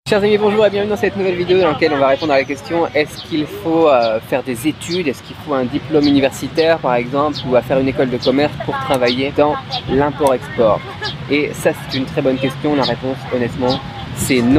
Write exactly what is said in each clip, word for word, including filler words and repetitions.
Chers amis, bonjour et bienvenue dans cette nouvelle vidéo dans laquelle on va répondre à la question: est-ce qu'il faut euh, faire des études, est-ce qu'il faut un diplôme universitaire par exemple, ou à faire une école de commerce pour travailler dans l'import-export? Et ça, c'est une très bonne question. La réponse, honnêtement, c'est non.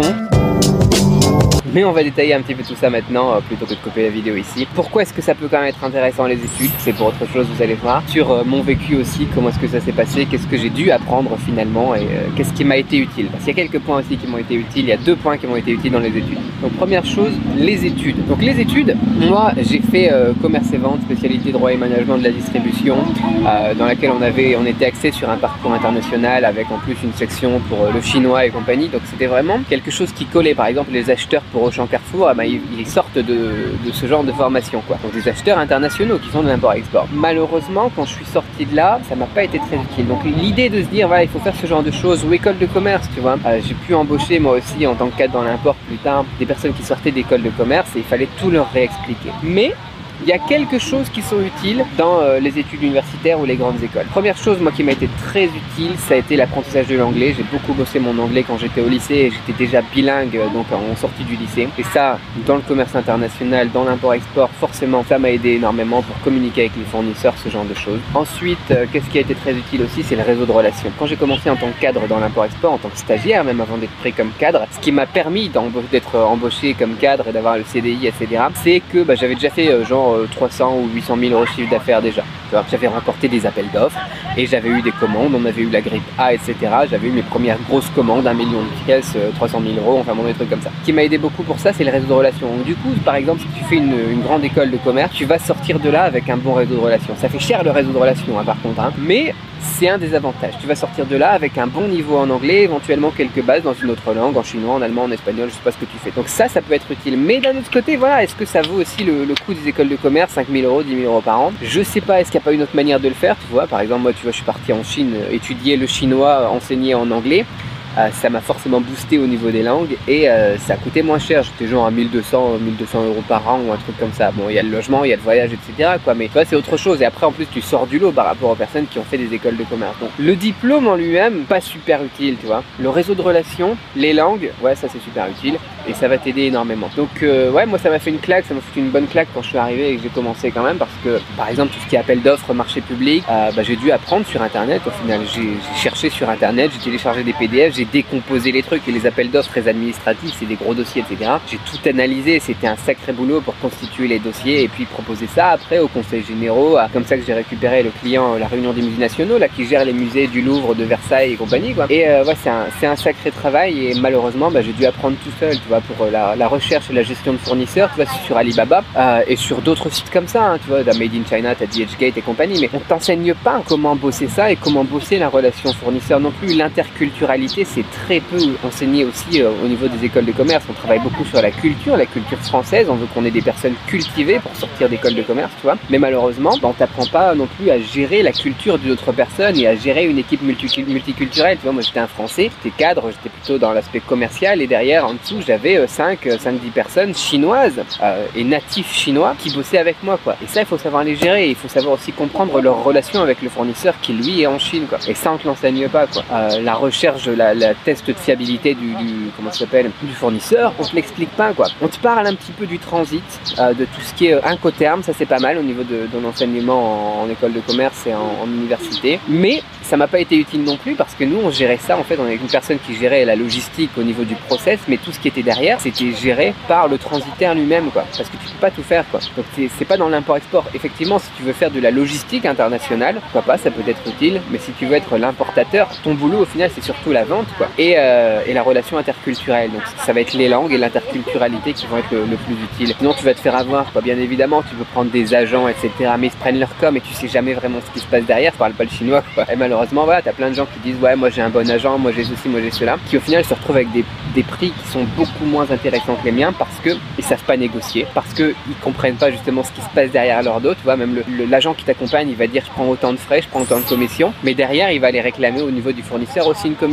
Mais on va détailler un petit peu tout ça maintenant euh, plutôt que de copier la vidéo ici. Pourquoi est-ce que ça peut quand même être intéressant les études? C'est pour autre chose, vous allez voir. Sur euh, mon vécu aussi, comment est-ce que ça s'est passé, qu'est-ce que j'ai dû apprendre finalement et euh, qu'est-ce qui m'a été utile. Parce qu'il y a quelques points aussi qui m'ont été utiles, il y a deux points qui m'ont été utiles dans les études. Donc première chose, les études. Donc les études, moi j'ai fait euh, commerce et vente, spécialité droit et management de la distribution, euh, dans laquelle on, avait, on était axé sur un parcours international avec en plus une section pour euh, le chinois et compagnie. Donc c'était vraiment quelque chose qui collait. Par exemple les acheteurs pour Auchan Carrefour, eh ben, ils, ils sortent de, de ce genre de formation, quoi. Donc des acheteurs internationaux qui font de l'import-export. Malheureusement, quand je suis sorti de là, ça m'a pas été très utile. Donc l'idée de se dire, voilà, il faut faire ce genre de choses, ou école de commerce, tu vois. Euh, j'ai pu embaucher moi aussi en tant que cadre dans l'import plus tard des personnes qui sortaient d'école de commerce et il fallait tout leur réexpliquer. Mais il y a quelque chose qui sont utiles dans euh, les études universitaires ou les grandes écoles. Première chose, moi qui m'a été très utile, ça a été l'apprentissage de l'anglais. J'ai beaucoup bossé mon anglais quand j'étais au lycée et j'étais déjà bilingue donc en sortie du lycée. Et ça, dans le commerce international, dans l'import-export, forcément, ça m'a aidé énormément pour communiquer avec les fournisseurs, ce genre de choses. Ensuite, euh, qu'est-ce qui a été très utile aussi, c'est le réseau de relations. Quand j'ai commencé en tant que cadre dans l'import-export, en tant que stagiaire, même avant d'être pris comme cadre, ce qui m'a permis d'être embauché comme cadre et d'avoir le C D I, et cetera, c'est que bah, j'avais déjà fait euh, genre trois cents ou huit cent mille euros de chiffre d'affaires déjà. J'avais remporté des appels d'offres et j'avais eu des commandes, on avait eu la grippe A, et cetera. J'avais eu mes premières grosses commandes, un million de pièces, trois cent mille euros, enfin bon, des trucs comme ça. Ce qui m'a aidé beaucoup pour ça, c'est le réseau de relations. Donc, du coup, par exemple, si tu fais une, une grande école de commerce, tu vas sortir de là avec un bon réseau de relations. Ça fait cher le réseau de relations, hein, par contre, hein, mais c'est un des avantages. Tu vas sortir de là avec un bon niveau en anglais, éventuellement quelques bases dans une autre langue, en chinois, en allemand, en espagnol, je sais pas ce que tu fais. Donc ça, ça peut être utile. Mais d'un autre côté, voilà, est-ce que ça vaut aussi le, le coût des écoles de commerce, cinq mille euros, dix mille euros par an? Je sais pas, est-ce qu'il n'y a pas une autre manière de le faire? Tu vois, par exemple, moi, tu vois, je suis parti en Chine étudier le chinois, enseigner en anglais. Euh, ça m'a forcément boosté au niveau des langues et euh, ça a coûté moins cher. J'étais genre à mille deux cents euros par an ou un truc comme ça. Bon, il y a le logement, il y a le voyage, et cetera quoi, mais tu vois, c'est autre chose. Et après, en plus, tu sors du lot par rapport aux personnes qui ont fait des écoles de commerce. Donc, le diplôme en lui-même, pas super utile, tu vois. Le réseau de relations, les langues, ouais, ça c'est super utile et ça va t'aider énormément. Donc, euh, ouais, moi ça m'a fait une claque, ça m'a fait une bonne claque quand je suis arrivé et que j'ai commencé quand même parce que, par exemple, tout ce qui est appel d'offres, marché public, euh, bah, j'ai dû apprendre sur internet. Au final, j'ai cherché sur internet, j'ai téléchargé des P D F, j'ai décomposé les trucs et les appels d'offres très administratifs, c'est des gros dossiers, et cetera. J'ai tout analysé, c'était un sacré boulot pour constituer les dossiers et puis proposer ça après aux conseils généraux. Comme ça que j'ai récupéré le client, la réunion des musées nationaux, là, qui gère les musées du Louvre, de Versailles et compagnie, quoi. Et euh, ouais, c'est un, un sacré travail et malheureusement, bah, j'ai dû apprendre tout seul, tu vois, pour la, la recherche et la gestion de fournisseurs, tu vois, sur Alibaba euh, et sur d'autres sites comme ça, hein, tu vois, Made in China, t'as D H Gate et compagnie, mais on t'enseigne pas comment bosser ça et comment bosser la relation fournisseur non plus. L'interculturalité, c'est très peu enseigné aussi euh, au niveau des écoles de commerce. On travaille beaucoup sur la culture, la culture française, on veut qu'on ait des personnes cultivées pour sortir d'école de commerce, tu vois, mais malheureusement, bah, on t'apprend pas non plus à gérer la culture d'une autre personne et à gérer une équipe multi multiculturelle, tu vois. Moi j'étais un français, j'étais cadre, j'étais plutôt dans l'aspect commercial et derrière en dessous j'avais euh, cinq dix personnes chinoises euh, et natifs chinois qui bossaient avec moi, quoi. Et ça, il faut savoir les gérer, il faut savoir aussi comprendre leur relation avec le fournisseur qui lui est en Chine, quoi. Et ça on te l'enseigne pas, quoi. Euh, la recherche, la, la test de fiabilité du, du comment ça s'appelle, du fournisseur, on te l'explique pas, quoi. On te parle un petit peu du transit, euh, de tout ce qui est euh, incoterm, ça c'est pas mal au niveau de, de l'enseignement en, en école de commerce et en, en université, mais ça m'a pas été utile non plus parce que nous on gérait ça, en fait on avait une personne qui gérait la logistique au niveau du process, mais tout ce qui était derrière c'était géré par le transitaire lui-même, quoi, parce que tu peux pas tout faire, quoi. Donc c'est pas dans l'import-export. Effectivement, si tu veux faire de la logistique internationale, pourquoi pas, ça peut être utile, mais si tu veux être l'importateur, ton boulot au final c'est surtout la vente, quoi, et, euh, et la relation interculturelle. Donc ça va être les langues et l'interculturalité qui vont être le, le plus utile. Sinon tu vas te faire avoir, quoi. Bien évidemment tu peux prendre des agents, et cetera, mais ils se prennent leur com et tu sais jamais vraiment ce qui se passe derrière, je parle pas le chinois, quoi. Et malheureusement voilà, t'as plein de gens qui disent ouais moi j'ai un bon agent, moi j'ai ceci, moi j'ai cela, qui au final se retrouvent avec des, des prix qui sont beaucoup moins intéressants que les miens parce que ils savent pas négocier, parce que ils comprennent pas justement ce qui se passe derrière leur dos, tu vois. Même l'agent qui t'accompagne, il va dire je prends autant de frais, je prends autant de commission, mais derrière il va aller réclamer au niveau du fournisseur aussi une commission. Du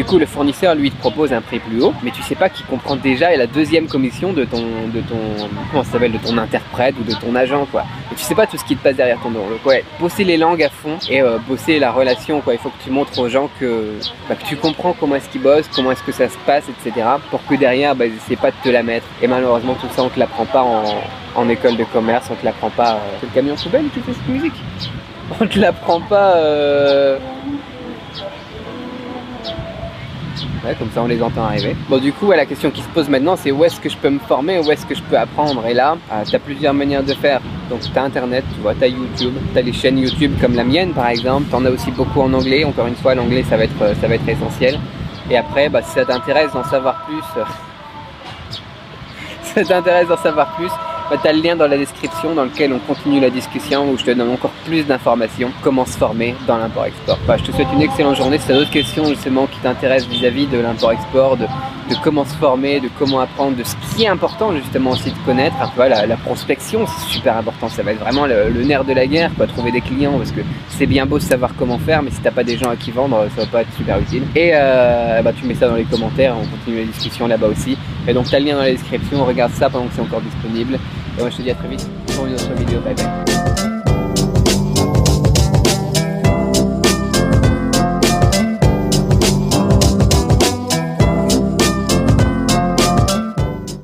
coup, le fournisseur, lui, te propose un prix plus haut, mais tu sais pas qu'il comprend déjà la deuxième commission de ton, de ton, comment ça s'appelle, de ton interprète ou de ton agent, quoi. Et tu sais pas tout ce qui te passe derrière ton dos. Donc ouais, bosser les langues à fond et euh, bosser la relation, quoi. Il faut que tu montres aux gens que, bah, que tu comprends comment est-ce qu'ils bossent, comment est-ce que ça se passe, et cetera. Pour que derrière, bah, ils essaient pas de te la mettre. Et malheureusement, tout ça, on te l'apprend pas en, en école de commerce, on te l'apprend pas. Euh... C'est le camion poubelle où tu fais cette musique? On te l'apprend pas. Euh... Ouais, comme ça on les entend arriver. Bon, du coup, ouais, la question qui se pose maintenant, c'est où est-ce que je peux me former, où est-ce que je peux apprendre. Et là, euh, tu as plusieurs manières de faire. Donc tu as internet, tu vois, tu as YouTube, tu as les chaînes YouTube comme la mienne par exemple. Tu en as aussi beaucoup en anglais. Encore une fois, l'anglais ça va être, ça va être essentiel. Et après, bah, si ça t'intéresse d'en savoir plus, euh... si ça t'intéresse d'en savoir plus, bah, tu as le lien dans la description dans lequel on continue la discussion où je te donne encore plus d'informations, comment se former dans l'import-export. Bah, je te souhaite une excellente journée. Si tu as d'autres questions justement qui t'intéressent vis-à-vis de l'import-export, de, de comment se former, de comment apprendre, de ce qui est important justement aussi de connaître, tu vois, la, la prospection c'est super important, ça va être vraiment le, le nerf de la guerre, quoi, trouver des clients, parce que c'est bien beau de savoir comment faire, mais si t'as pas des gens à qui vendre, ça va pas être super utile. Et euh, bah, tu mets ça dans les commentaires, on continue la discussion là-bas aussi. Et donc tu as le lien dans la description, regarde ça pendant que c'est encore disponible. Et moi je te dis à très vite pour une autre vidéo, bye bye.